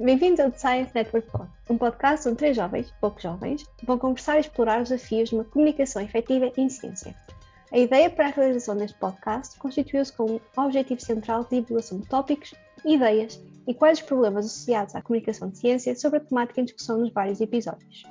Bem-vindos ao The Science Network Pod, um podcast onde três jovens, pouco jovens, vão conversar e explorar os desafios de uma comunicação efetiva em ciência. A ideia para a realização deste podcast constituiu-se com um objetivo central de divulgação de tópicos, ideias e quais os problemas associados à comunicação de ciência sobre a temática em discussão nos vários episódios.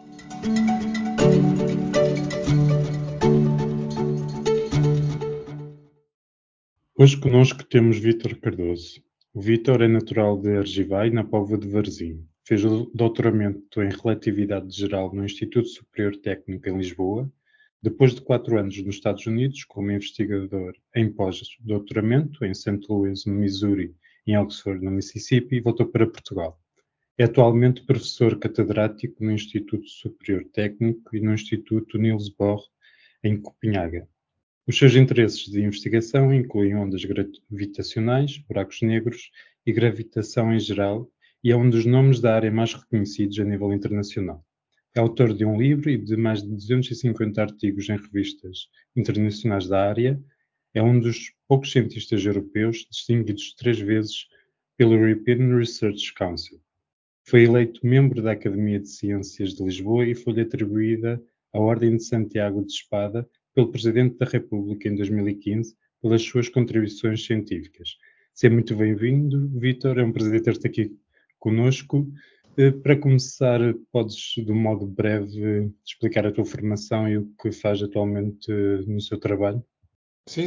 Hoje connosco temos Vítor Cardoso. O Vítor é natural de Argivai, na Póvoa de Varzim. Fez o doutoramento em Relatividade Geral no Instituto Superior Técnico em Lisboa. Depois de 4 anos nos Estados Unidos, como investigador em pós-doutoramento em St. Louis, no Missouri, e em Oxford, no Mississippi, voltou para Portugal. É atualmente professor catedrático no Instituto Superior Técnico e no Instituto Niels Bohr, em Copenhaga. Os seus interesses de investigação incluem ondas gravitacionais, buracos negros e gravitação em geral, e é um dos nomes da área mais reconhecidos a nível internacional. É autor de um livro e de mais de 250 artigos em revistas internacionais da área. É um dos poucos cientistas europeus distinguidos 3 vezes pelo European Research Council. Foi eleito membro da Academia de Ciências de Lisboa e foi-lhe atribuída a Ordem de Santiago de Espada pelo Presidente da República em 2015 pelas suas contribuições científicas. Seja muito bem-vindo, Vítor. É um prazer ter-te aqui conosco. Para começar, podes, de um modo breve, explicar a tua formação e o que faz atualmente no seu trabalho? Sim,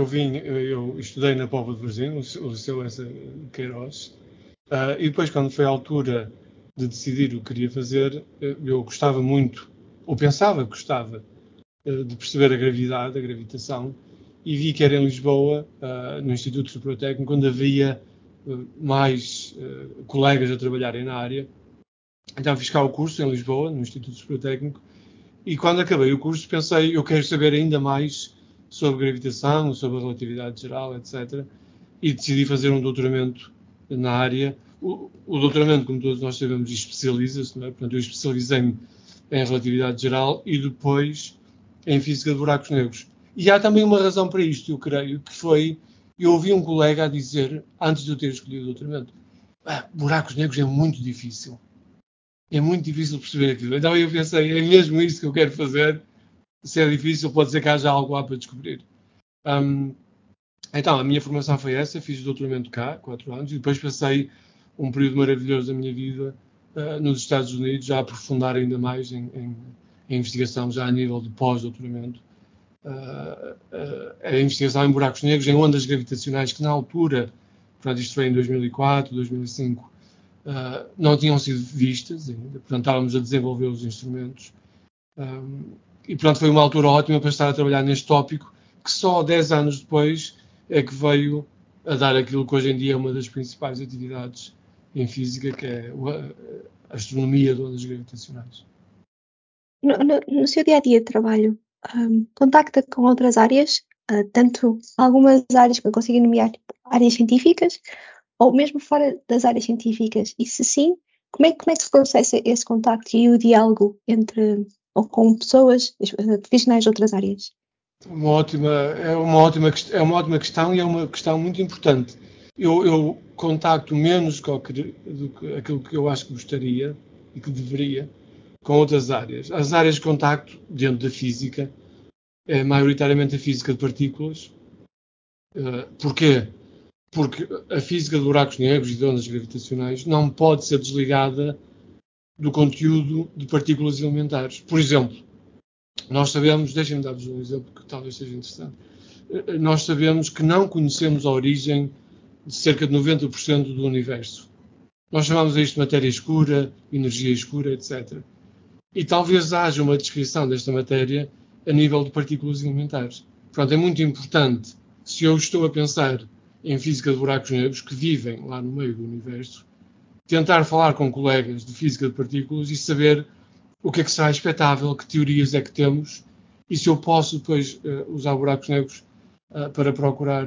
eu estudei na Póvoa de Varzim, o Liceu Essa Queiroz, e depois, quando foi a altura de decidir o que queria fazer, eu gostava muito, ou pensava que gostava, de perceber a gravidade, a gravitação, e vi que era em Lisboa, no Instituto Superior Técnico, onde havia mais colegas a trabalharem na área. Então fiz cá o curso em Lisboa, no Instituto Superior Técnico, e quando acabei o curso pensei, eu quero saber ainda mais sobre gravitação, sobre a relatividade geral, etc. E decidi fazer um doutoramento na área. O doutoramento, como todos nós sabemos, especializa-se, não é? Portanto, eu especializei-me em relatividade geral e depois em física de buracos negros. E há também uma razão para isto, eu creio, que foi, eu ouvi um colega a dizer, antes de eu ter escolhido o doutoramento, buracos negros é muito difícil. É muito difícil perceber aquilo. Então eu pensei, é mesmo isso que eu quero fazer. Se é difícil, pode ser que haja algo lá para descobrir. Então, a minha formação foi essa. Fiz o doutoramento cá, 4 anos, e depois passei um período maravilhoso da minha vida nos Estados Unidos, já a aprofundar ainda mais em investigação, já a nível de pós-doutoramento. A investigação em buracos negros, em ondas gravitacionais, que na altura, portanto, isto foi em 2004, 2005, não tinham sido vistas ainda, portanto estávamos a desenvolver os instrumentos e portanto foi uma altura ótima para estar a trabalhar neste tópico que só 10 anos depois é que veio a dar aquilo que hoje em dia é uma das principais atividades em física, que é a astronomia de ondas gravitacionais. No seu dia-a-dia de trabalho, contacta com outras áreas, tanto algumas áreas que eu consigo nomear áreas científicas, ou mesmo fora das áreas científicas? E se sim, como é que se processa esse contacto e o diálogo entre ou com pessoas profissionais de outras áreas? É uma ótima questão e é uma questão muito importante. Eu contacto menos do que aquilo que eu acho que gostaria e que deveria com outras áreas. As áreas de contacto dentro da física é maioritariamente a física de partículas. Porquê? Porque a física de buracos negros e de ondas gravitacionais não pode ser desligada do conteúdo de partículas elementares. Por exemplo, nós sabemos, deixem-me dar-vos um exemplo que talvez seja interessante, nós sabemos que não conhecemos a origem de cerca de 90% do universo. Nós chamamos isto de matéria escura, energia escura, etc. E talvez haja uma descrição desta matéria a nível de partículas elementares. Portanto, é muito importante, se eu estou a pensar em física de buracos negros que vivem lá no meio do universo, tentar falar com colegas de física de partículas e saber o que é que será expectável, que teorias é que temos e se eu posso depois usar buracos negros para procurar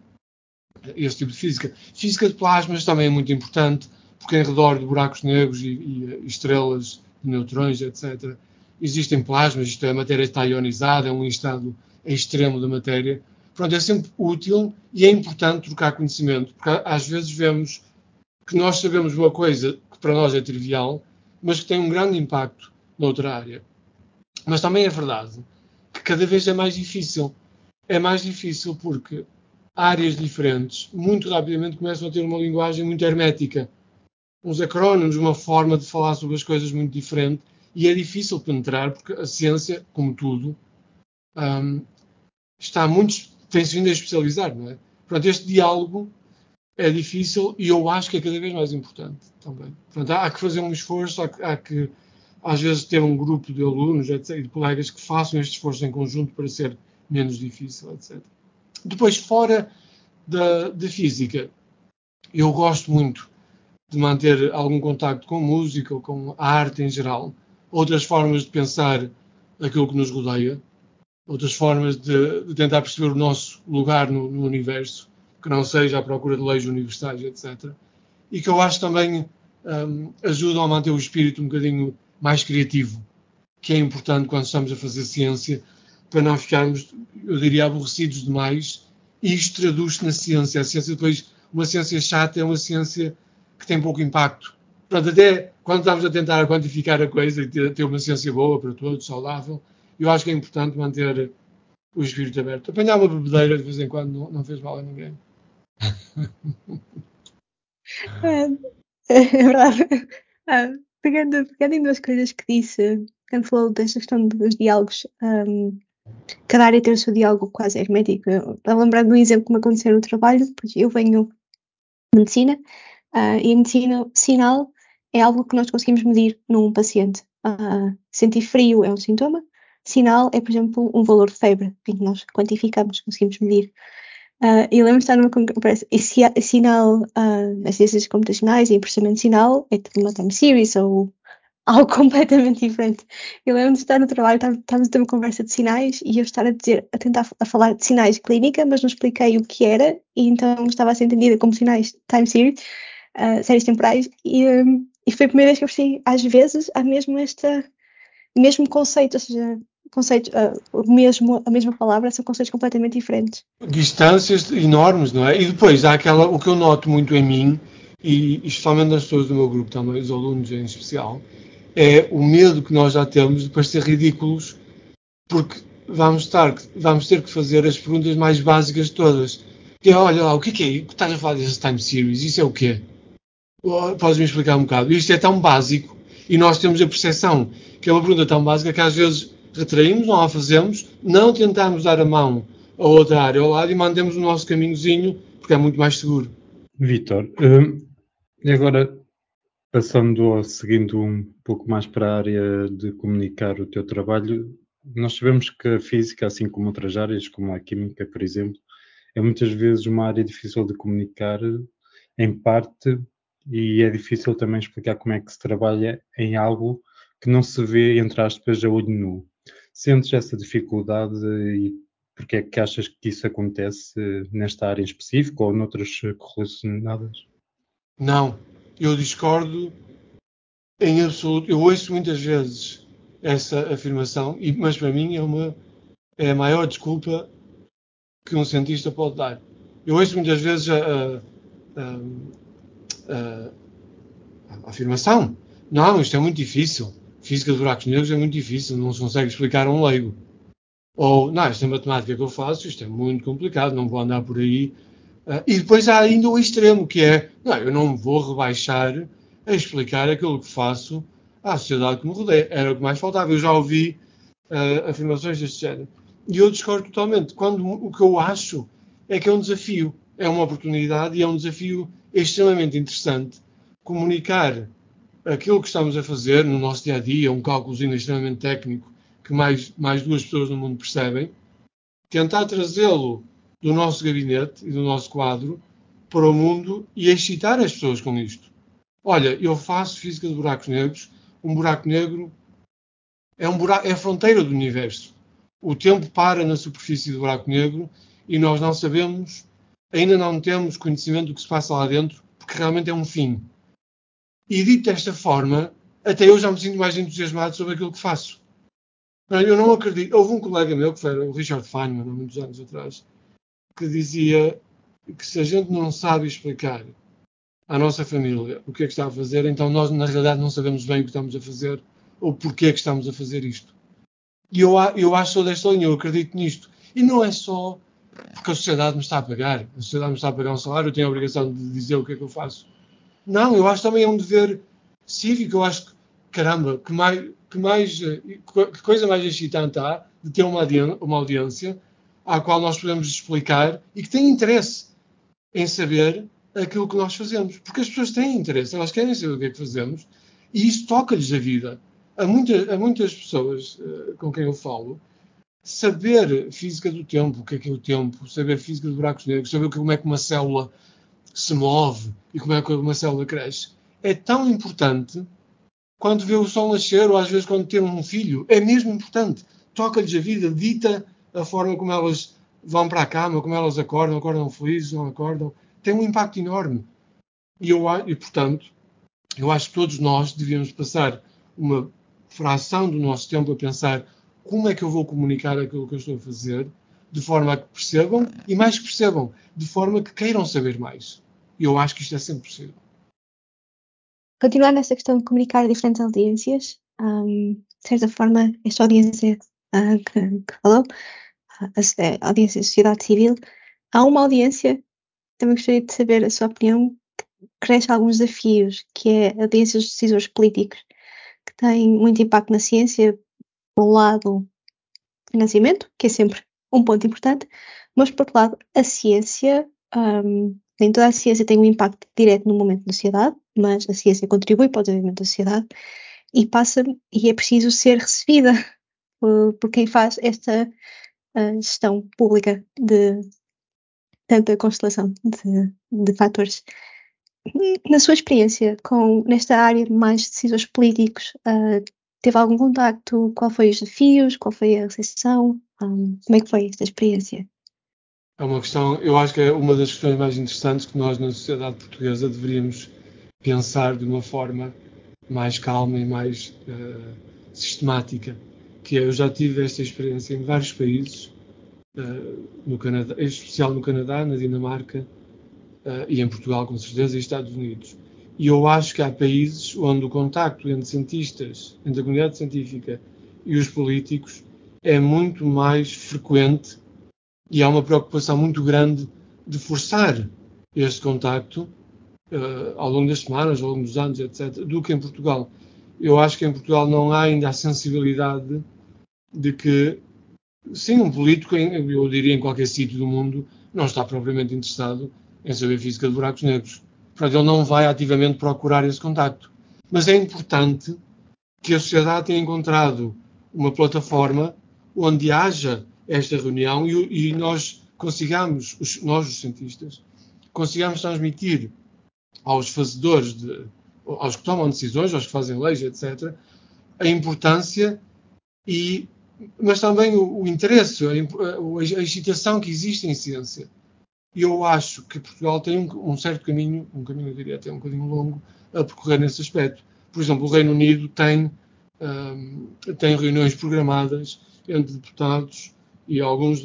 esse tipo de física. Física de plasmas também é muito importante, porque em redor de buracos negros e estrelas de neutrões, etc., existem plasmas, isto é, a matéria está ionizada, é um estado extremo da matéria. Pronto, é sempre útil e é importante trocar conhecimento, porque às vezes vemos que nós sabemos uma coisa que para nós é trivial, mas que tem um grande impacto noutra área. Mas também é verdade que cada vez é mais difícil. É mais difícil porque áreas diferentes muito rapidamente começam a ter uma linguagem muito hermética, uns acrónimos, uma forma de falar sobre as coisas muito diferente, e é difícil penetrar porque a ciência, como tudo, hum, tem-se vindo a especializar, não é? Portanto, este diálogo é difícil e eu acho que é cada vez mais importante também. Portanto, há que fazer um esforço, há que às vezes ter um grupo de alunos, etc., e de colegas que façam este esforço em conjunto para ser menos difícil, etc. Depois, fora da física, eu gosto muito de manter algum contacto com música ou com a arte em geral, outras formas de pensar aquilo que nos rodeia, outras formas de tentar perceber o nosso lugar no universo, que não seja a procura de leis universais, etc. E que eu acho também ajudam a manter o espírito um bocadinho mais criativo, que é importante quando estamos a fazer ciência, para não ficarmos, eu diria, aborrecidos demais. E isto traduz-se na ciência. A ciência depois, uma ciência chata é uma ciência que tem pouco impacto. Portanto, até quando estamos a tentar quantificar a coisa e ter uma ciência boa para todos, saudável, eu acho que é importante manter o espírito aberto. Apanhar uma bebedeira de vez em quando não fez mal a ninguém. É, é verdade. Ah, pegando em duas coisas que disse, quando falou desta questão dos diálogos, cada área tem o seu diálogo quase hermético. Estou a lembrar de um exemplo que me aconteceu no trabalho, porque eu venho de medicina, e a medicina sinal é algo que nós conseguimos medir num paciente. Sentir frio é um sintoma, sinal é, por exemplo, um valor de febre, em que nós quantificamos, conseguimos medir. E lembro-me de estar numa conversa, e sinal, nas ciências computacionais e em processamento de sinal é tipo uma time series ou algo completamente diferente. Eu lembro de estar no trabalho, estávamos a ter uma conversa de sinais e eu estar a tentar falar de sinais de clínica, mas não expliquei o que era, e então estava a ser entendida como sinais de time series, séries temporais, e foi a primeira vez que eu percebi, às vezes, há mesmo mesmo conceito, ou seja, conceito, a mesma palavra, são conceitos completamente diferentes. Distâncias enormes, não é? E depois há o que eu noto muito em mim, e especialmente nas pessoas do meu grupo também, os alunos em especial, é o medo que nós já temos de parecer ridículos, porque vamos ter que fazer as perguntas mais básicas de todas. Que é, olha lá, o que é? O que estás a falar desse time series? Isso é o quê? Podes-me explicar um bocado? Isto é tão básico e nós temos a percepção que é uma pergunta tão básica que às vezes retraímos, não a fazemos, não tentamos dar a mão a outra área ao lado e mantemos o nosso caminhozinho porque é muito mais seguro. Vítor, e agora passando ou seguindo um pouco mais para a área de comunicar o teu trabalho, nós sabemos que a física, assim como outras áreas, como a química, por exemplo, é muitas vezes uma área difícil de comunicar, em parte, e é difícil também explicar como é que se trabalha em algo que não se vê, entre aspas, a olho nu. Sentes essa dificuldade e porque é que achas que isso acontece nesta área em específico ou noutras correlacionadas? Não, eu discordo em absoluto. Eu ouço muitas vezes essa afirmação, mas para mim é a maior desculpa que um cientista pode dar. Eu ouço muitas vezes a- a afirmação. Não, isto é muito difícil. Física de buracos negros é muito difícil, não se consegue explicar a um leigo. Ou, não, esta é matemática que eu faço, isto é muito complicado, não vou andar por aí. E depois há ainda o extremo, que é, não, eu não me vou rebaixar a explicar aquilo que faço à sociedade que me rodeia. Era o que mais faltava. Eu já ouvi afirmações deste género. E eu discordo totalmente. Quando o que eu acho é que é um desafio, é uma oportunidade e é um desafio extremamente interessante comunicar aquilo que estamos a fazer no nosso dia a dia, um cálculozinho extremamente técnico que mais duas pessoas no mundo percebem, tentar trazê-lo do nosso gabinete e do nosso quadro para o mundo e excitar as pessoas com isto. Olha, eu faço física de buracos negros, um buraco negro é a fronteira do universo. O tempo para na superfície do buraco negro e nós não sabemos, ainda não temos conhecimento do que se passa lá dentro, porque realmente é um fim. E dito desta forma, até eu já me sinto mais entusiasmado sobre aquilo que faço. Eu não acredito. Houve um colega meu, que foi o Richard Feynman, há muitos anos atrás, que dizia que se a gente não sabe explicar à nossa família o que é que está a fazer, então nós na realidade não sabemos bem o que estamos a fazer ou porque é que estamos a fazer isto. E eu acho só desta linha, eu acredito nisto. E não é só porque a sociedade me está a pagar. A sociedade me está a pagar um salário, eu tenho a obrigação de dizer o que é que eu faço. Não, eu acho também é um dever cívico. Eu acho que, caramba, que coisa mais excitante há de ter uma audiência à qual nós podemos explicar e que tem interesse em saber aquilo que nós fazemos. Porque as pessoas têm interesse, elas querem saber o que é que fazemos e isso toca-lhes a vida. A muitas pessoas com quem eu falo, saber física do tempo, o que é o tempo, saber física de buracos negros, saber como é que uma célula se move e como é que uma célula cresce, é tão importante quanto ver o sol nascer ou às vezes quando ter um filho. É mesmo importante. Toca-lhes a vida, dita a forma como elas vão para a cama, como elas acordam felizes, não acordam. Tem um impacto enorme. Portanto, eu acho que todos nós devíamos passar uma fração do nosso tempo a pensar como é que eu vou comunicar aquilo que eu estou a fazer, de forma a que percebam, e mais que percebam, de forma que queiram saber mais. E eu acho que isto é sempre possível. Continuar nessa questão de comunicar a diferentes audiências, de certa forma, esta audiência que falou, a audiência da sociedade civil, há uma audiência, também gostaria de saber a sua opinião, que cresce alguns desafios, que é a audiência dos decisores políticos, que tem muito impacto na ciência, por um lado, financiamento, que é sempre um ponto importante, mas por outro lado, a ciência, nem toda a ciência tem um impacto direto no momento da sociedade, mas a ciência contribui para o desenvolvimento da sociedade e é preciso ser recebida por quem faz esta gestão pública de tanta constelação de fatores. Na sua experiência nesta área de mais decisores políticos, teve algum contacto? Qual foi os desafios? Qual foi a recepção? Como é que foi esta experiência? É uma questão, eu acho que é uma das questões mais interessantes que nós na sociedade portuguesa deveríamos pensar de uma forma mais calma e mais sistemática. Que é, eu já tive esta experiência em vários países, no Canadá, em especial no Canadá, na Dinamarca, e em Portugal, com certeza, e Estados Unidos. E eu acho que há países onde o contacto entre cientistas, entre a comunidade científica e os políticos é muito mais frequente e há uma preocupação muito grande de forçar este contacto ao longo das semanas, ao longo dos anos, etc., do que em Portugal. Eu acho que em Portugal não há ainda a sensibilidade de que, sim, um político, eu diria em qualquer sítio do mundo, não está propriamente interessado em saber física de buracos negros. Portanto, ele não vai ativamente procurar esse contacto. Mas é importante que a sociedade tenha encontrado uma plataforma onde haja esta reunião e nós consigamos, nós os cientistas, consigamos transmitir aos fazedores, aos que tomam decisões, aos que fazem leis, etc., a importância mas também o interesse, a excitação que existe em ciência. E eu acho que Portugal tem um certo caminho, eu diria até um bocadinho longo, a percorrer nesse aspecto. Por exemplo, o Reino Unido tem reuniões programadas entre deputados e alguns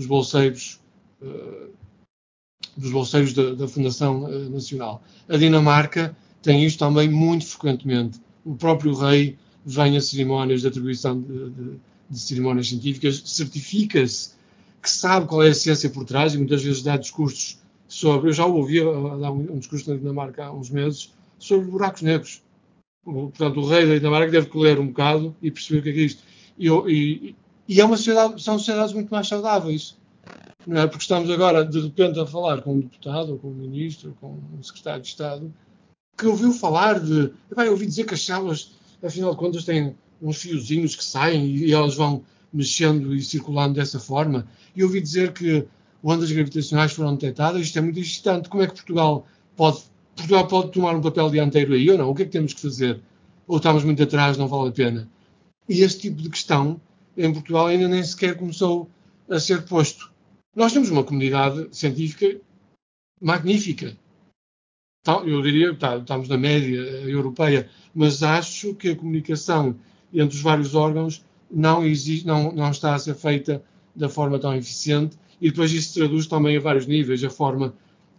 dos bolseiros da Fundação Nacional. A Dinamarca tem isto também muito frequentemente. O próprio rei vem a cerimónias de atribuição de cerimónias científicas, certifica-se que sabe qual é a ciência por trás e muitas vezes dá discursos sobre... Eu já ouvi dar um discurso na Dinamarca há uns meses sobre buracos negros. Portanto, o rei da Dinamarca deve ler um bocado e perceber o que é isto. E é são sociedades muito mais saudáveis. Não é? Porque estamos agora, de repente, a falar com um deputado, ou com um ministro, ou com um secretário de Estado, que ouviu falar de... Eu ouvi dizer que as células, afinal de contas, têm uns fiozinhos que saem e elas vão mexendo e circulando dessa forma. E ouvi dizer que ondas gravitacionais foram detectadas. Isto é muito excitante. Como é que Portugal pode tomar um papel dianteiro aí ou não? O que é que temos que fazer? Ou estamos muito atrás, não vale a pena? E este tipo de questão, em Portugal, ainda nem sequer começou a ser posto. Nós temos uma comunidade científica magnífica. Então, eu diria que estamos na média europeia, mas acho que a comunicação entre os vários órgãos não está a ser feita da forma tão eficiente e depois isso se traduz também a vários níveis. A forma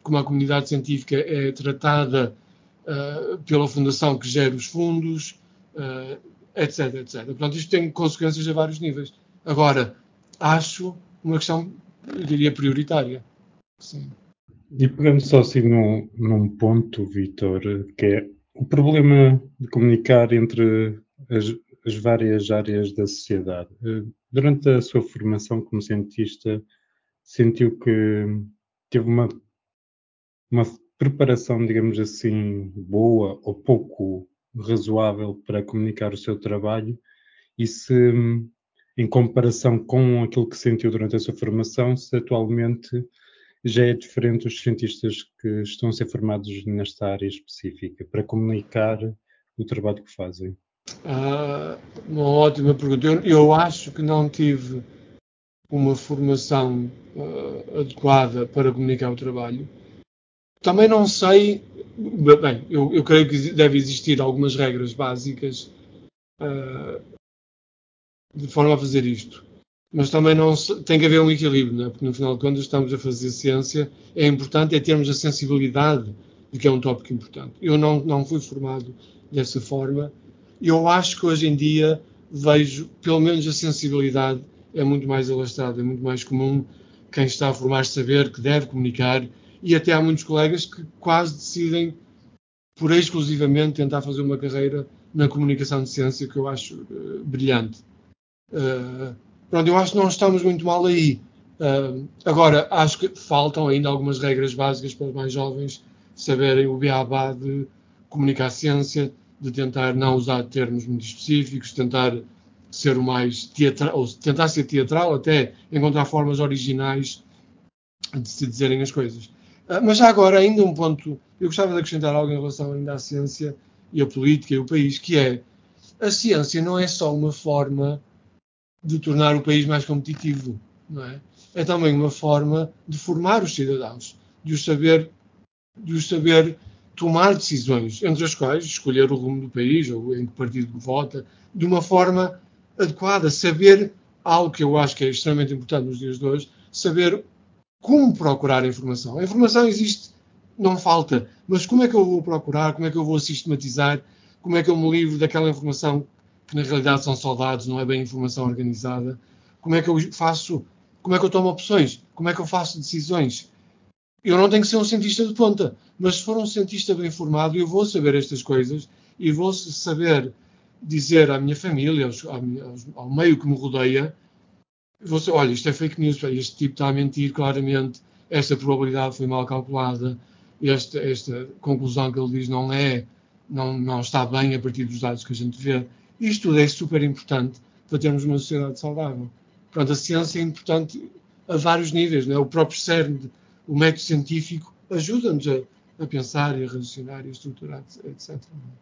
como a comunidade científica é tratada pela fundação que gera os fundos, etc, etc. Portanto, isto tem consequências a vários níveis. Agora, acho uma questão, eu diria, prioritária. Sim. E pegando só assim num ponto, Vítor, que é o problema de comunicar entre as várias áreas da sociedade. Durante a sua formação como cientista, sentiu que teve uma preparação, digamos assim, boa ou pouco razoável para comunicar o seu trabalho? E se, em comparação com aquilo que sentiu durante a sua formação, se atualmente já é diferente os cientistas que estão a ser formados nesta área específica para comunicar o trabalho que fazem? Uma ótima pergunta. Eu acho que não tive uma formação adequada para comunicar o trabalho. Também não sei. Bem, eu creio que deve existir algumas regras básicas de forma a fazer isto. Mas também não tem que haver um equilíbrio, não é? Porque no final de contas estamos a fazer ciência. É importante termos a sensibilidade de que é um tópico importante. Eu não fui formado dessa forma. Eu acho que hoje em dia vejo, pelo menos a sensibilidade é muito mais alastrada, é muito mais comum quem está a formar saber que deve comunicar, e até há muitos colegas que quase decidem por exclusivamente tentar fazer uma carreira na comunicação de ciência, que eu acho brilhante. Pronto, eu acho que não estamos muito mal aí. Agora, acho que faltam ainda algumas regras básicas para os mais jovens saberem o beabá de comunicar ciência, de tentar não usar termos muito específicos, tentar ser o mais teatral, ou tentar ser teatral, até encontrar formas originais de se dizerem as coisas. Mas já agora, ainda um ponto, eu gostava de acrescentar algo em relação ainda à ciência e a política e o país, que é, a ciência não é só uma forma de tornar o país mais competitivo, não é? É também uma forma de formar os cidadãos, de os saber tomar decisões, entre as quais escolher o rumo do país ou em que partido vota, de uma forma adequada, saber algo que eu acho que é extremamente importante nos dias de hoje, saber como procurar a informação. A informação existe, não falta, mas como é que eu vou procurar, como é que eu vou sistematizar, como é que eu me livro daquela informação que na realidade são só dados, não é bem informação organizada, como é que eu faço, como é que eu tomo opções, como é que eu faço decisões. Eu não tenho que ser um cientista de ponta, mas se for um cientista bem formado, eu vou saber estas coisas e vou saber dizer à minha família, ao meio que me rodeia, olha, isto é fake news, este tipo está a mentir claramente, esta probabilidade foi mal calculada, esta conclusão que ele diz não está bem a partir dos dados que a gente vê. Isto tudo é super importante para termos uma sociedade saudável. Portanto, a ciência é importante a vários níveis, não é? O próprio CERN, o método científico, ajuda-nos a pensar e a raciocinar e a estruturar, etc.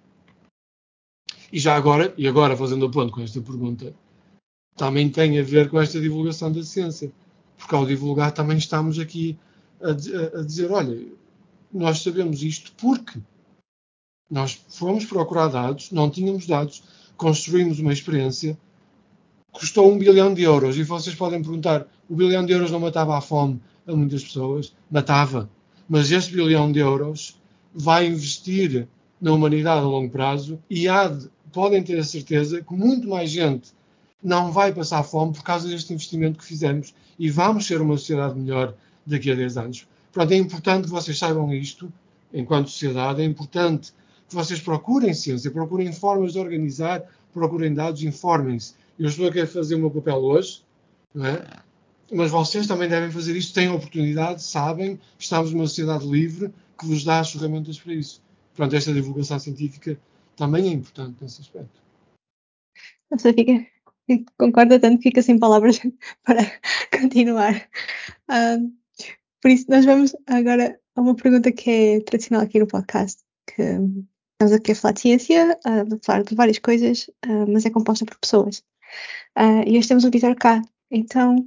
E agora fazendo a ponto com esta pergunta, também tem a ver com esta divulgação da ciência. Porque ao divulgar também estamos aqui a dizer, olha, nós sabemos isto porque nós fomos procurar dados, não tínhamos dados, construímos uma experiência, custou 1 bilhão de euros. E vocês podem perguntar, o bilhão de euros não matava a fome a muitas pessoas? Matava. Mas este bilhão de euros vai investir na humanidade a longo prazo e podem ter a certeza que muito mais gente não vai passar fome por causa deste investimento que fizemos e vamos ser uma sociedade melhor daqui a 10 anos. Portanto, é importante que vocês saibam isto enquanto sociedade, é importante que vocês procurem ciência, procurem formas de organizar, procurem dados, informem-se. Eu estou a querer fazer o meu papel hoje, não é? Mas vocês também devem fazer isto, têm oportunidade, sabem, estamos numa sociedade livre que vos dá as ferramentas para isso. Portanto, esta divulgação científica também é importante nesse aspecto. Nossa, concordo tanto que fica sem palavras para continuar. Por isso, nós vamos agora a uma pergunta que é tradicional aqui no podcast, que estamos aqui a falar de ciência, a falar de várias coisas, mas é composta por pessoas. E hoje temos o Vítor cá. Então,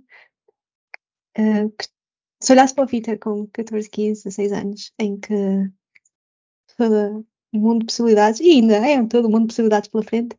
se olhasse para o Vítor com 14, 15, 16 anos, em que todo um mundo de possibilidades, e ainda é todo um mundo de possibilidades pela frente,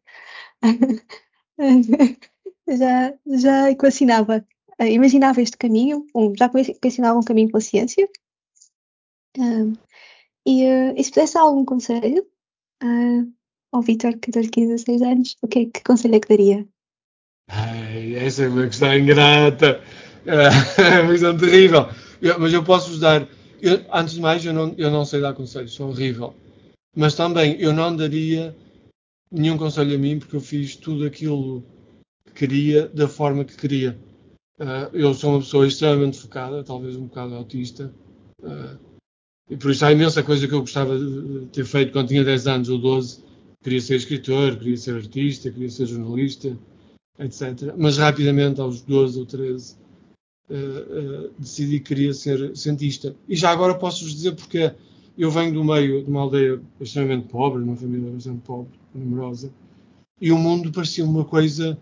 já equacionava, imaginava este caminho, já equacionava um caminho pela ciência, Ah, e se pudesse dar algum conselho ao Vítor, que tem 16 anos, que conselho é que daria? Ai, essa é uma questão ingrata. É uma questão terrível. Mas eu posso-vos dar. Antes de mais, eu não sei dar conselhos, sou horrível. Mas também eu não daria nenhum conselho a mim, porque eu fiz tudo aquilo que queria da forma que queria. Eu sou uma pessoa extremamente focada, talvez um bocado autista. Uh, e por isso há imensa coisa que eu gostava de ter feito quando tinha 10 anos ou 12. Queria ser escritor, queria ser artista, queria ser jornalista, etc. Mas rapidamente, aos 12 ou 13, decidi que queria ser cientista. E já agora posso-vos dizer porque eu venho do meio de uma aldeia extremamente pobre, uma família bastante pobre, numerosa, e o mundo parecia uma coisa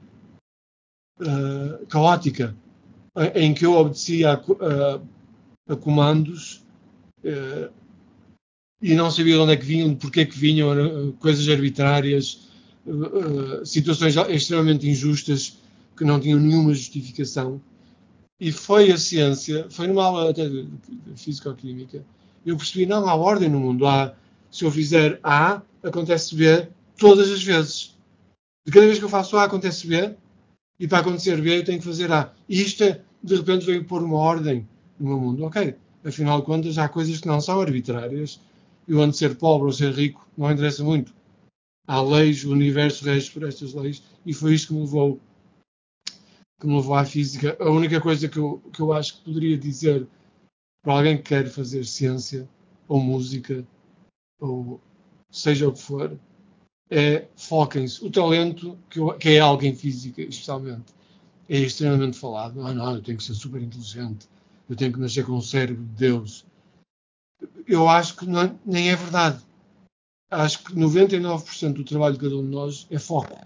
caótica, em que eu obedecia a comandos e não sabia de onde é que vinham, de porquê é que vinham, coisas arbitrárias, situações extremamente injustas que não tinham nenhuma justificação. E foi a ciência, foi numa aula até de físico-química, eu percebi, não há ordem no mundo. Se eu fizer A, acontece B todas as vezes. De cada vez que eu faço A, acontece B, e para acontecer B, eu tenho que fazer A. E isto, de repente, veio pôr uma ordem no meu mundo. Ok, afinal de contas, há coisas que não são arbitrárias. E onde ser pobre ou ser rico não interessa muito. Há leis, o universo rege por estas leis, e foi isto que me levou à física. A única coisa que eu acho que poderia dizer para alguém que quer fazer ciência, ou música, ou seja o que for, é foquem-se. O talento, que é algo em física, especialmente, é extremamente falado. Não, eu tenho que ser super inteligente, eu tenho que nascer com um cérebro de Deus. Eu acho que não, nem é verdade. Acho que 99% do trabalho de cada um de nós é foco.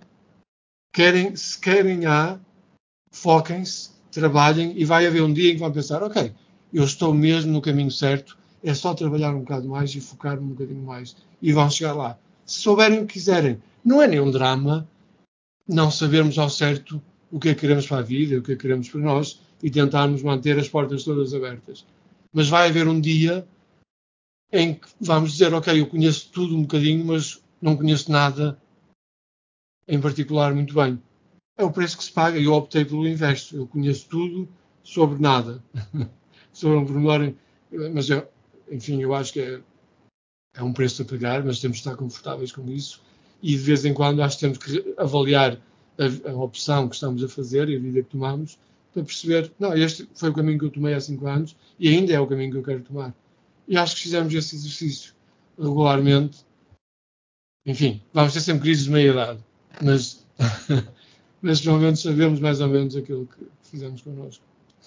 Se querem A, foquem-se, trabalhem, e vai haver um dia em que vão pensar, ok, eu estou mesmo no caminho certo, é só trabalhar um bocado mais e focar-me um bocadinho mais, e vão chegar lá. Se souberem o que quiserem, não é nenhum drama não sabermos ao certo o que é que queremos para a vida, o que é que queremos para nós, e tentarmos manter as portas todas abertas. Mas vai haver um dia em que vamos dizer, ok, eu conheço tudo um bocadinho, mas não conheço nada em particular muito bem. É o preço que se paga e eu optei pelo inverso. Eu conheço tudo sobre nada. Sobre um pormenor, mas enfim, eu acho que é um preço a pagar, mas temos de estar confortáveis com isso e de vez em quando acho que temos que avaliar a opção que estamos a fazer e a vida que tomamos para perceber, não, este foi o caminho que eu tomei há 5 anos e ainda é o caminho que eu quero tomar. E acho que fizemos esse exercício regularmente. Enfim, vamos ter sempre crises de meia-idade, mas nesses momentos sabemos mais ou menos aquilo que fizemos connosco.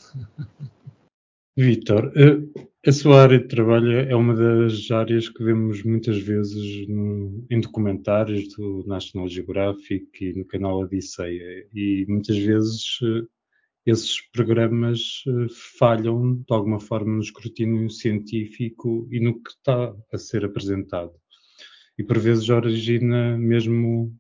Vítor, a sua área de trabalho é uma das áreas que vemos muitas vezes em documentários do National Geographic e no canal Odisseia, e muitas vezes esses programas falham de alguma forma no escrutínio científico e no que está a ser apresentado. E por vezes origina mesmo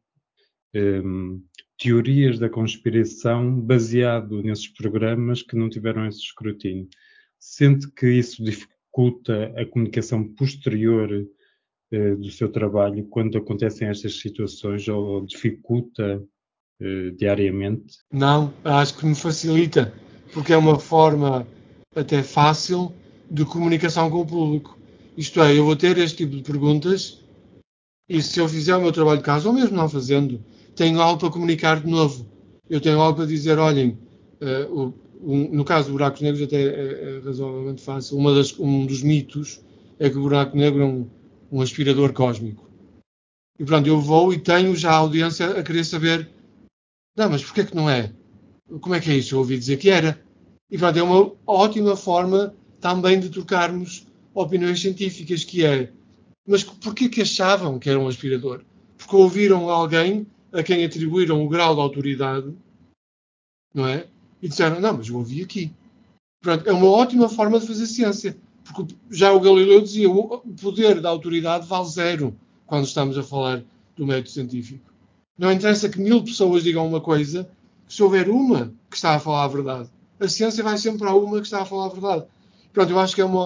teorias da conspiração baseado nesses programas que não tiveram esse escrutínio. Sente que isso dificulta a comunicação posterior do seu trabalho quando acontecem estas situações ou dificulta diariamente? Não, acho que me facilita, porque é uma forma até fácil de comunicação com o público. Isto é, eu vou ter este tipo de perguntas e se eu fizer o meu trabalho de casa, ou mesmo não fazendo, tenho algo para comunicar de novo. Eu tenho algo para dizer, olhem, no caso de buracos negros até é razoavelmente fácil. Um dos mitos é que o buraco negro é um aspirador cósmico. E pronto, eu vou e tenho já a audiência a querer saber, não, mas porquê que não é? Como é que é isso? Eu ouvi dizer que era. E pronto, é uma ótima forma também de trocarmos opiniões científicas, que é, mas porquê que achavam que era um aspirador? Porque ouviram alguém a quem atribuíram o grau de autoridade, não é? E disseram, não, mas eu ouvi aqui. Pronto, é uma ótima forma de fazer ciência. Porque já o Galileu dizia, o poder da autoridade vale zero quando estamos a falar do método científico. Não interessa que 1000 pessoas digam uma coisa, se houver uma que está a falar a verdade. A ciência vai sempre a uma que está a falar a verdade. Pronto, eu acho que é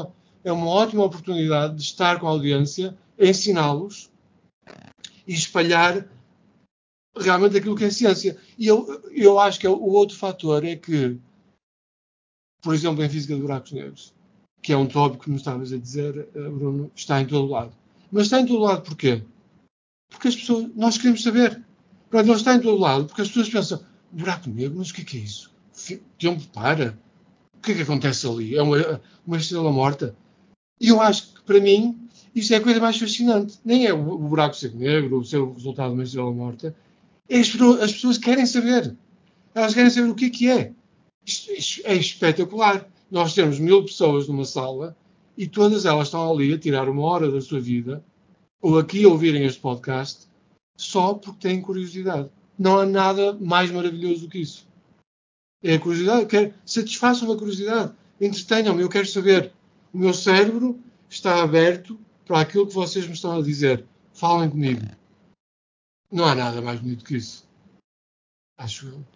é uma ótima oportunidade de estar com a audiência, ensiná-los e espalhar realmente aquilo que é ciência. E eu acho que o outro fator é que, por exemplo, em física de buracos negros, que é um tópico que me estavas a dizer, Bruno, está em todo lado. Mas está em todo lado porquê? Porque as pessoas, nós queremos saber. Pronto, ele está em todo lado, porque as pessoas pensam, buraco negro, mas o que é isso? O tempo para? O que é que acontece ali? É uma estrela morta? E eu acho que, para mim, isso é a coisa mais fascinante. Nem é o buraco ser negro, ou ser o resultado de uma estrela morta. As pessoas querem saber. Elas querem saber o que é que é. Isto é espetacular. Nós temos 1000 pessoas numa sala e todas elas estão ali a tirar uma hora da sua vida, ou aqui a ouvirem este podcast, só porque têm curiosidade. Não há nada mais maravilhoso do que isso. É a curiosidade. Satisfaçam a curiosidade. Entretenham-me. Eu quero saber. O meu cérebro está aberto para aquilo que vocês me estão a dizer. Falem comigo. Não há nada mais bonito que isso. Acho eu.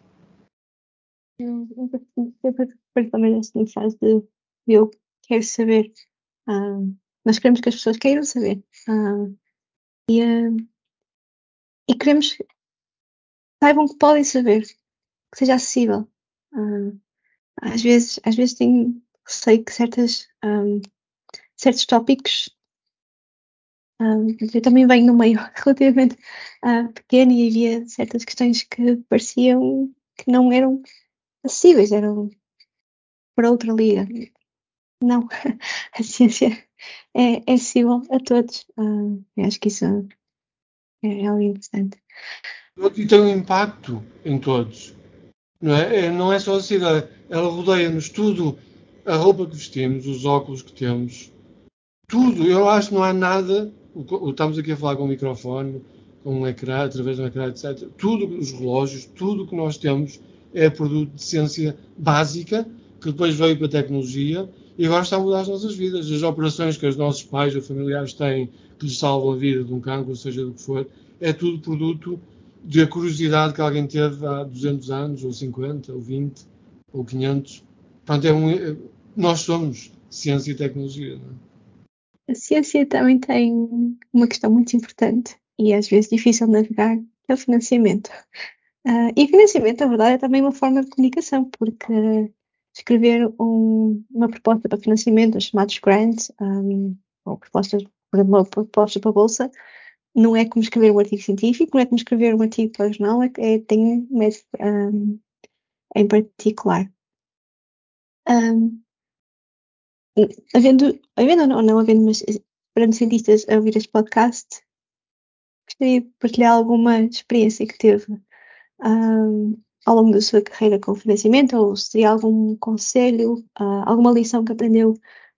Eu sempre também nesta fase de eu quero saber. Ah, nós queremos que as pessoas queiram saber. E, e queremos que saibam que podem saber, que seja acessível. Ah, às vezes tenho receio que certos tópicos. Eu também venho no meio relativamente pequeno e havia certas questões que pareciam que não eram acessíveis, eram para outra liga. Não, a ciência é acessível a todos. Eu acho que isso é algo interessante. E tem um impacto em todos. Não é só a cidade. Ela rodeia-nos tudo. A roupa que vestimos, os óculos que temos, tudo. Eu acho que não há nada. Estamos aqui a falar com um microfone, com um ecrã, através de um ecrã, etc. Tudo, os relógios, tudo o que nós temos é produto de ciência básica, que depois veio para a tecnologia e agora está a mudar as nossas vidas. As operações que os nossos pais ou familiares têm que lhes salvam a vida de um cancro, ou seja do que for, é tudo produto da curiosidade que alguém teve há 200 anos, ou 50, ou 20, ou 500. Portanto, nós somos ciência e tecnologia. Não é? A ciência também tem uma questão muito importante e às vezes difícil de navegar, que é o financiamento. E financiamento, na verdade, é também uma forma de comunicação, porque escrever uma proposta para financiamento, os chamados grants, ou propostas, por exemplo, uma proposta para a bolsa, não é como escrever um artigo científico, não é como escrever um artigo para o jornal, tem um método em particular. Um, havendo ou não havendo, mas esperando cientistas a ouvir este podcast, gostaria de partilhar alguma experiência que teve ao longo da sua carreira com financiamento, ou se teria algum conselho, alguma lição que aprendeu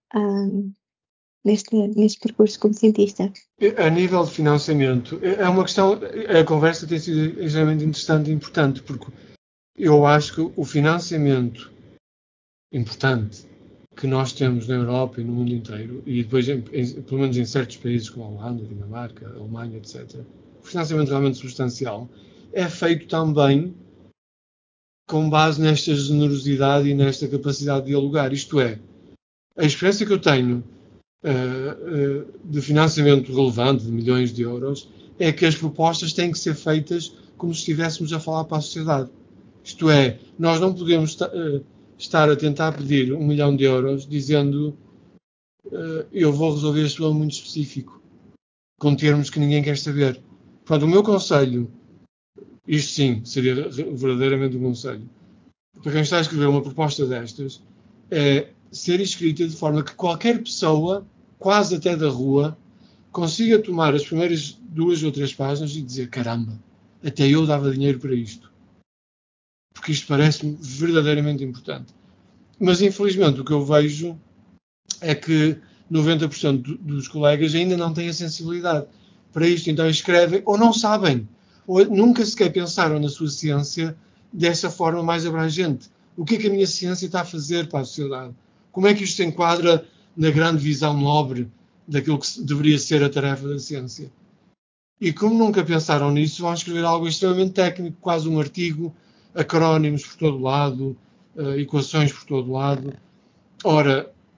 neste percurso como cientista. A nível de financiamento, é uma questão. A conversa tem sido extremamente interessante e importante, porque eu acho que o financiamento importante que nós temos na Europa e no mundo inteiro, e depois, pelo menos em certos países como a Holanda, Dinamarca, a Alemanha, etc., o financiamento realmente substancial é feito também com base nesta generosidade e nesta capacidade de dialogar. Isto é, a experiência que eu tenho de financiamento relevante de milhões de euros é que as propostas têm que ser feitas como se estivéssemos a falar para a sociedade. Isto é, nós não podemos estar a tentar pedir 1 milhão de euros dizendo eu vou resolver este problema muito específico, com termos que ninguém quer saber. Portanto, o meu conselho, isto sim, seria verdadeiramente um conselho, para quem está a escrever uma proposta destas, é ser escrita de forma que qualquer pessoa, quase até da rua, consiga tomar as primeiras 2 ou 3 páginas e dizer: caramba, até eu dava dinheiro para isto. Porque isto parece-me verdadeiramente importante. Mas infelizmente o que eu vejo é que 90% dos colegas ainda não têm a sensibilidade para isto. Então escrevem ou não sabem, ou nunca sequer pensaram na sua ciência dessa forma mais abrangente. O que é que a minha ciência está a fazer para a sociedade? Como é que isto se enquadra na grande visão nobre daquilo que deveria ser a tarefa da ciência? E como nunca pensaram nisso, vão escrever algo extremamente técnico, quase um artigo, acrónimos por todo lado, equações por todo lado. Ora,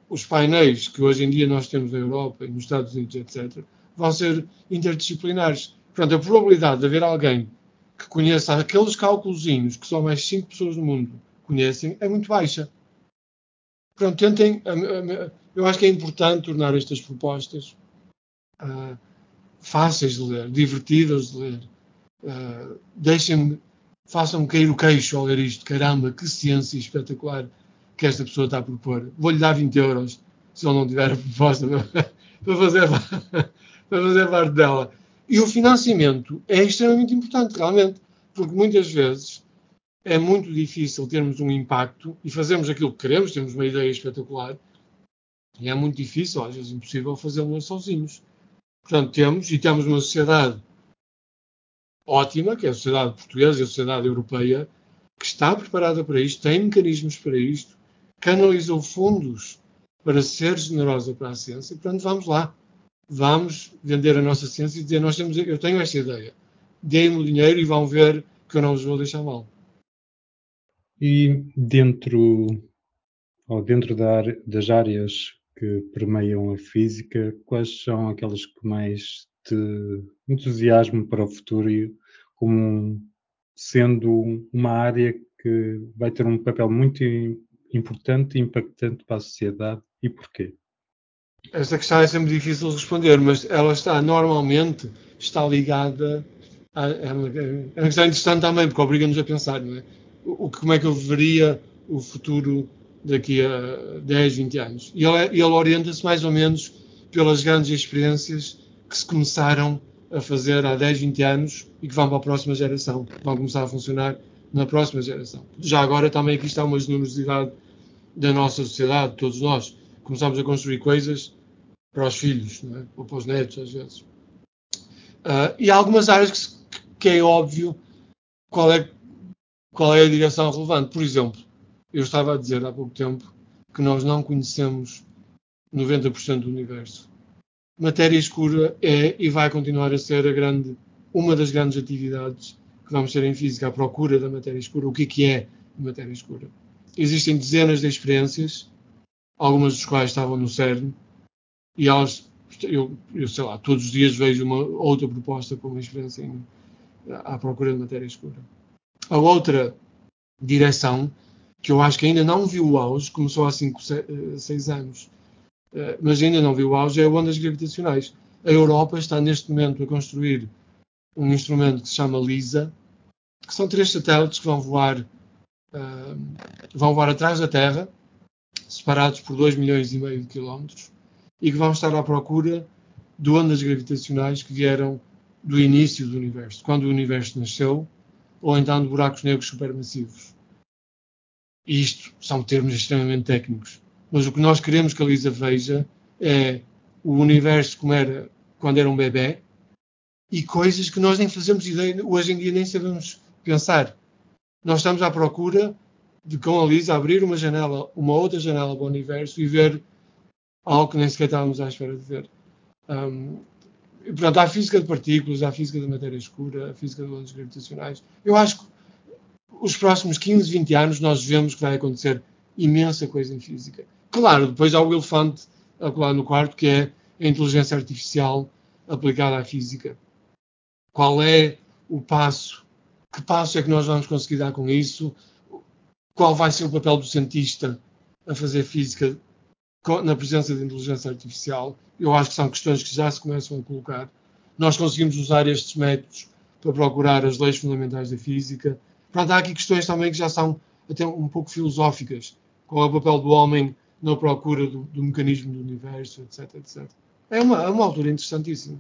os painéis que hoje em dia nós temos na Europa e nos Estados Unidos, etc., vão ser interdisciplinares. Portanto, a probabilidade de haver alguém que conheça aqueles cálculozinhos que só mais 5 pessoas no mundo conhecem é muito baixa. Pronto, tentem. Eu acho que é importante tornar estas propostas fáceis de ler, divertidas de ler. Façam-me cair o queixo ao ler isto. Caramba, que ciência espetacular que esta pessoa está a propor. Vou-lhe dar 20 euros se ele não tiver a proposta para fazer parte dela. E o financiamento é extremamente importante, realmente, porque muitas vezes é muito difícil termos um impacto e fazermos aquilo que queremos, temos uma ideia espetacular, e é muito difícil, às vezes impossível, fazê-lo sozinhos. Portanto, temos uma sociedade ótima, que é a sociedade portuguesa e a sociedade europeia, que está preparada para isto, tem mecanismos para isto, canalizou fundos para ser generosa para a ciência. Portanto, vamos lá. Vamos vender a nossa ciência e dizer, eu tenho esta ideia. Deem-me o dinheiro e vão ver que eu não vos vou deixar mal. E dentro das áreas que permeiam a física, quais são aquelas que mais te entusiasmam para o futuro como sendo uma área que vai ter um papel muito importante e impactante para a sociedade e porquê? Esta questão é sempre difícil de responder, mas ela normalmente está ligada é uma questão interessante também, porque obriga-nos a pensar, não é? Como é que eu veria o futuro daqui a 10, 20 anos? E ele orienta-se mais ou menos pelas grandes experiências que se começaram a fazer há 10, 20 anos e que vão para a próxima geração, vão começar a funcionar na próxima geração. Já agora também aqui está uma generosidade da nossa sociedade, todos nós. Começamos a construir coisas para os filhos, não é? Ou para os netos, às vezes. E há algumas áreas que é óbvio qual é a direção relevante. Por exemplo, eu estava a dizer há pouco tempo que nós não conhecemos 90% do universo. Matéria escura é e vai continuar a ser uma das grandes atividades que vamos ter em física, a procura da matéria escura. O que é matéria escura? Existem dezenas de experiências, algumas das quais estavam no CERN, e elas, eu sei lá, todos os dias vejo uma outra proposta para uma experiência à procura de matéria escura. A outra direção, que eu acho que ainda não viu o auge, começou há 5, 6 anos, mas ainda não viu o auge, é ondas gravitacionais. A Europa está neste momento a construir um instrumento que se chama LISA, que são 3 satélites que vão voar atrás da Terra, separados por 2,5 milhões de quilómetros, e que vão estar à procura de ondas gravitacionais que vieram do início do universo, quando o universo nasceu, ou então de buracos negros supermassivos. E isto são termos extremamente técnicos. Mas o que nós queremos que a Lisa veja é o universo como era quando era um bebê e coisas que nós nem fazemos ideia, hoje em dia nem sabemos pensar. Nós estamos à procura de, com a Lisa, abrir uma outra janela para o universo e ver algo que nem sequer estávamos à espera de ver. Portanto, há a física de partículas, há a física da matéria escura, a física de ondas gravitacionais. Eu acho que os próximos 15, 20 anos nós vemos que vai acontecer imensa coisa em física. Claro, depois há o elefante lá no quarto, que é a inteligência artificial aplicada à física. Qual é o passo? Que passo é que nós vamos conseguir dar com isso? Qual vai ser o papel do cientista a fazer física na presença de inteligência artificial? Eu acho que são questões que já se começam a colocar. Nós conseguimos usar estes métodos para procurar as leis fundamentais da física. Portanto, há aqui questões também que já são até um pouco filosóficas. Qual é o papel do homem na procura do mecanismo do universo, etc, etc. É uma altura interessantíssima.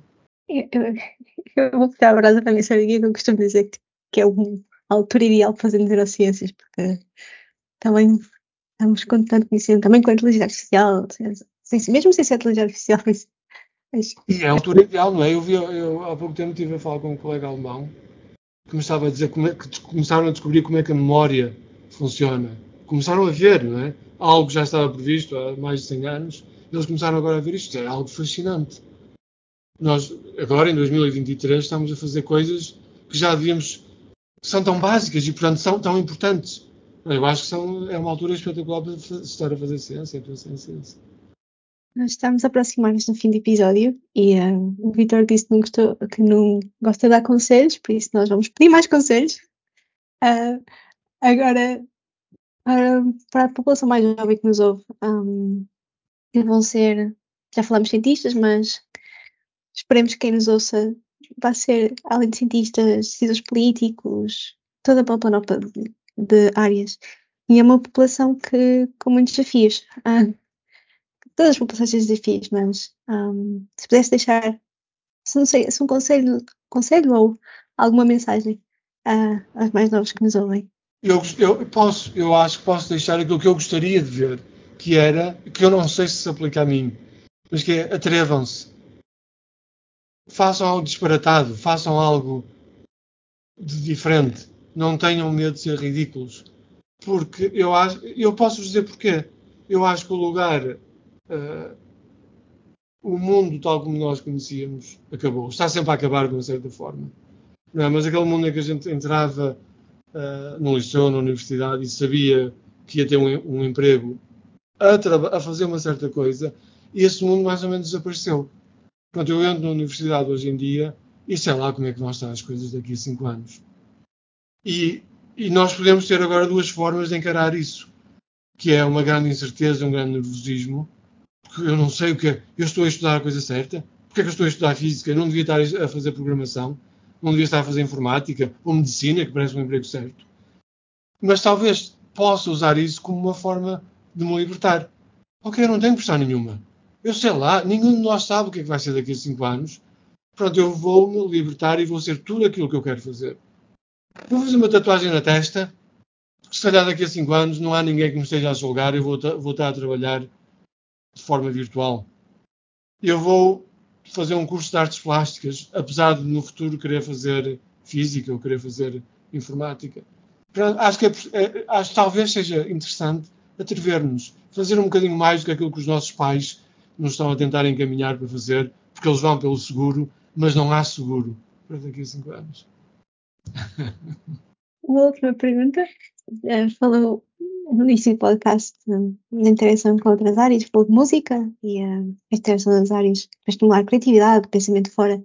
Eu vou puxar a brasa para a minha sardinha, que eu costumo dizer que é a altura ideal para fazer neurociências, porque também estamos com tanto conhecimento, também com a inteligência artificial, mesmo sem ser inteligência artificial. E é a altura ideal, não é? Eu há pouco tempo estive a falar com um colega alemão que me estava a dizer que começaram a descobrir como é que a memória funciona. Começaram a ver, não é? Algo que já estava previsto há mais de 100 anos. Eles começaram agora a ver isto. É algo fascinante. Nós, agora, em 2023, estamos a fazer coisas que já devíamos... que são tão básicas e, portanto, são tão importantes. Eu acho que é uma altura espetacular para estar a fazer ciência, a pensar em ciência. Nós estamos a aproximar-nos do fim do episódio e o Vitor disse que não gosta de dar conselhos, por isso nós vamos pedir mais conselhos. Ah, agora, para a população mais jovem que nos ouve, que vão ser, já falamos cientistas, mas esperemos que quem nos ouça vá ser, além de cientistas, decisores políticos, toda a panóplia de áreas. E é uma população com muitos desafios. Todas as populações têm desafios, mas se pudesse deixar, se não sei, se um conselho ou alguma mensagem aos mais novos que nos ouvem. Eu acho que posso deixar aquilo que eu gostaria de ver, que eu não sei se aplica a mim, mas que é atrevam-se. Façam algo disparatado, façam algo de diferente. Não tenham medo de ser ridículos. Porque eu posso vos dizer porquê. Eu acho que o mundo tal como nós conhecíamos acabou. Está sempre a acabar de uma certa forma. Não é? Mas aquele mundo em que a gente entrava no liceu, na universidade e sabia que ia ter um emprego a fazer uma certa coisa, e esse mundo mais ou menos desapareceu. Pronto, eu entro na universidade hoje em dia e sei lá como é que vão estar as coisas daqui a 5 anos. E nós podemos ter agora duas formas de encarar isso, que é uma grande incerteza, um grande nervosismo, porque eu não sei o que é. Eu estou a estudar a coisa certa? Porque é que eu estou a estudar física? Eu não devia estar a fazer programação? Não devia estar a fazer informática? Ou medicina, que parece um emprego certo? Mas talvez possa usar isso como uma forma de me libertar. Ok, eu não tenho pressão nenhuma. Eu sei lá, nenhum de nós sabe o que é que vai ser daqui a 5 anos. Pronto, eu vou me libertar e vou ser tudo aquilo que eu quero fazer. Vou fazer uma tatuagem na testa, porque se calhar daqui a 5 anos não há ninguém que me esteja a julgar e eu vou estar a trabalhar de forma virtual. Eu vou fazer um curso de artes plásticas, apesar de no futuro querer fazer física ou querer fazer informática. Acho que talvez seja interessante atrever-nos, fazer um bocadinho mais do que aquilo que os nossos pais nos estão a tentar encaminhar para fazer, porque eles vão pelo seguro, mas não há seguro para daqui a 5 anos. Uma última pergunta. Falou no início do podcast da interação com outras áreas, falou de música e a interação das áreas para estimular a criatividade, o pensamento fora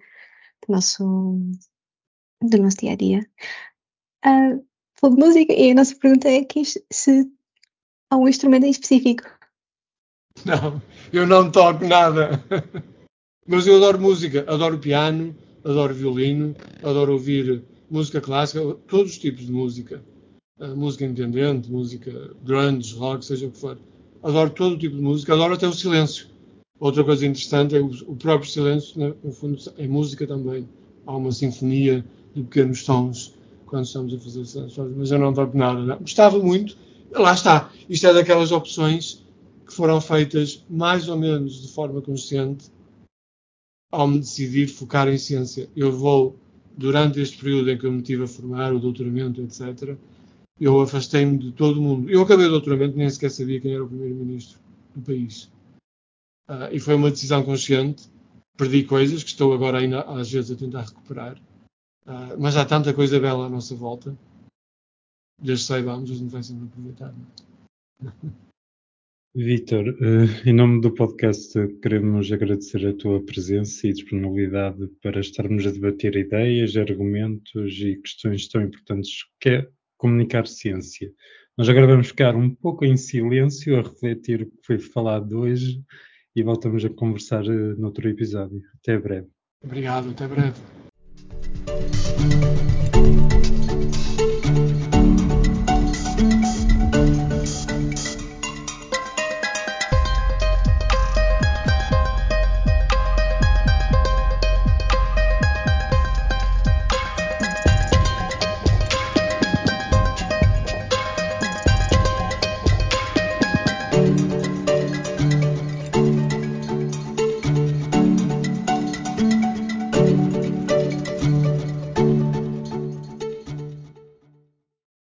do nosso dia a dia. Falou de música e a nossa pergunta é aqui se há um instrumento em específico. Não, eu não toco nada. Mas eu adoro música, adoro piano, adoro violino, adoro ouvir música clássica, todos os tipos de música. Música independente, música grunge, rock, seja o que for. Adoro todo o tipo de música, adoro até o silêncio. Outra coisa interessante é o próprio silêncio, no fundo, é música também. Há uma sinfonia de pequenos tons quando estamos a fazer silêncio, mas eu não toco nada. Não. Gostava muito, lá está. Isto é daquelas opções que foram feitas mais ou menos de forma consciente ao me decidir focar em ciência. Eu vou, durante este período em que eu me tive a formar, o doutoramento, etc., eu afastei-me de todo o mundo. Eu acabei o doutoramento e nem sequer sabia quem era o primeiro-ministro do país. E foi uma decisão consciente. Perdi coisas que estou agora ainda às vezes a tentar recuperar. Mas há tanta coisa bela à nossa volta. Desde que saibamos, a gente vai sempre aproveitar. Vítor, em nome do podcast, queremos agradecer a tua presença e disponibilidade para estarmos a debater ideias, argumentos e questões tão importantes que é comunicar ciência. Nós agora vamos ficar um pouco em silêncio a refletir o que foi falado hoje e voltamos a conversar noutro episódio. Até breve. Obrigado, até breve.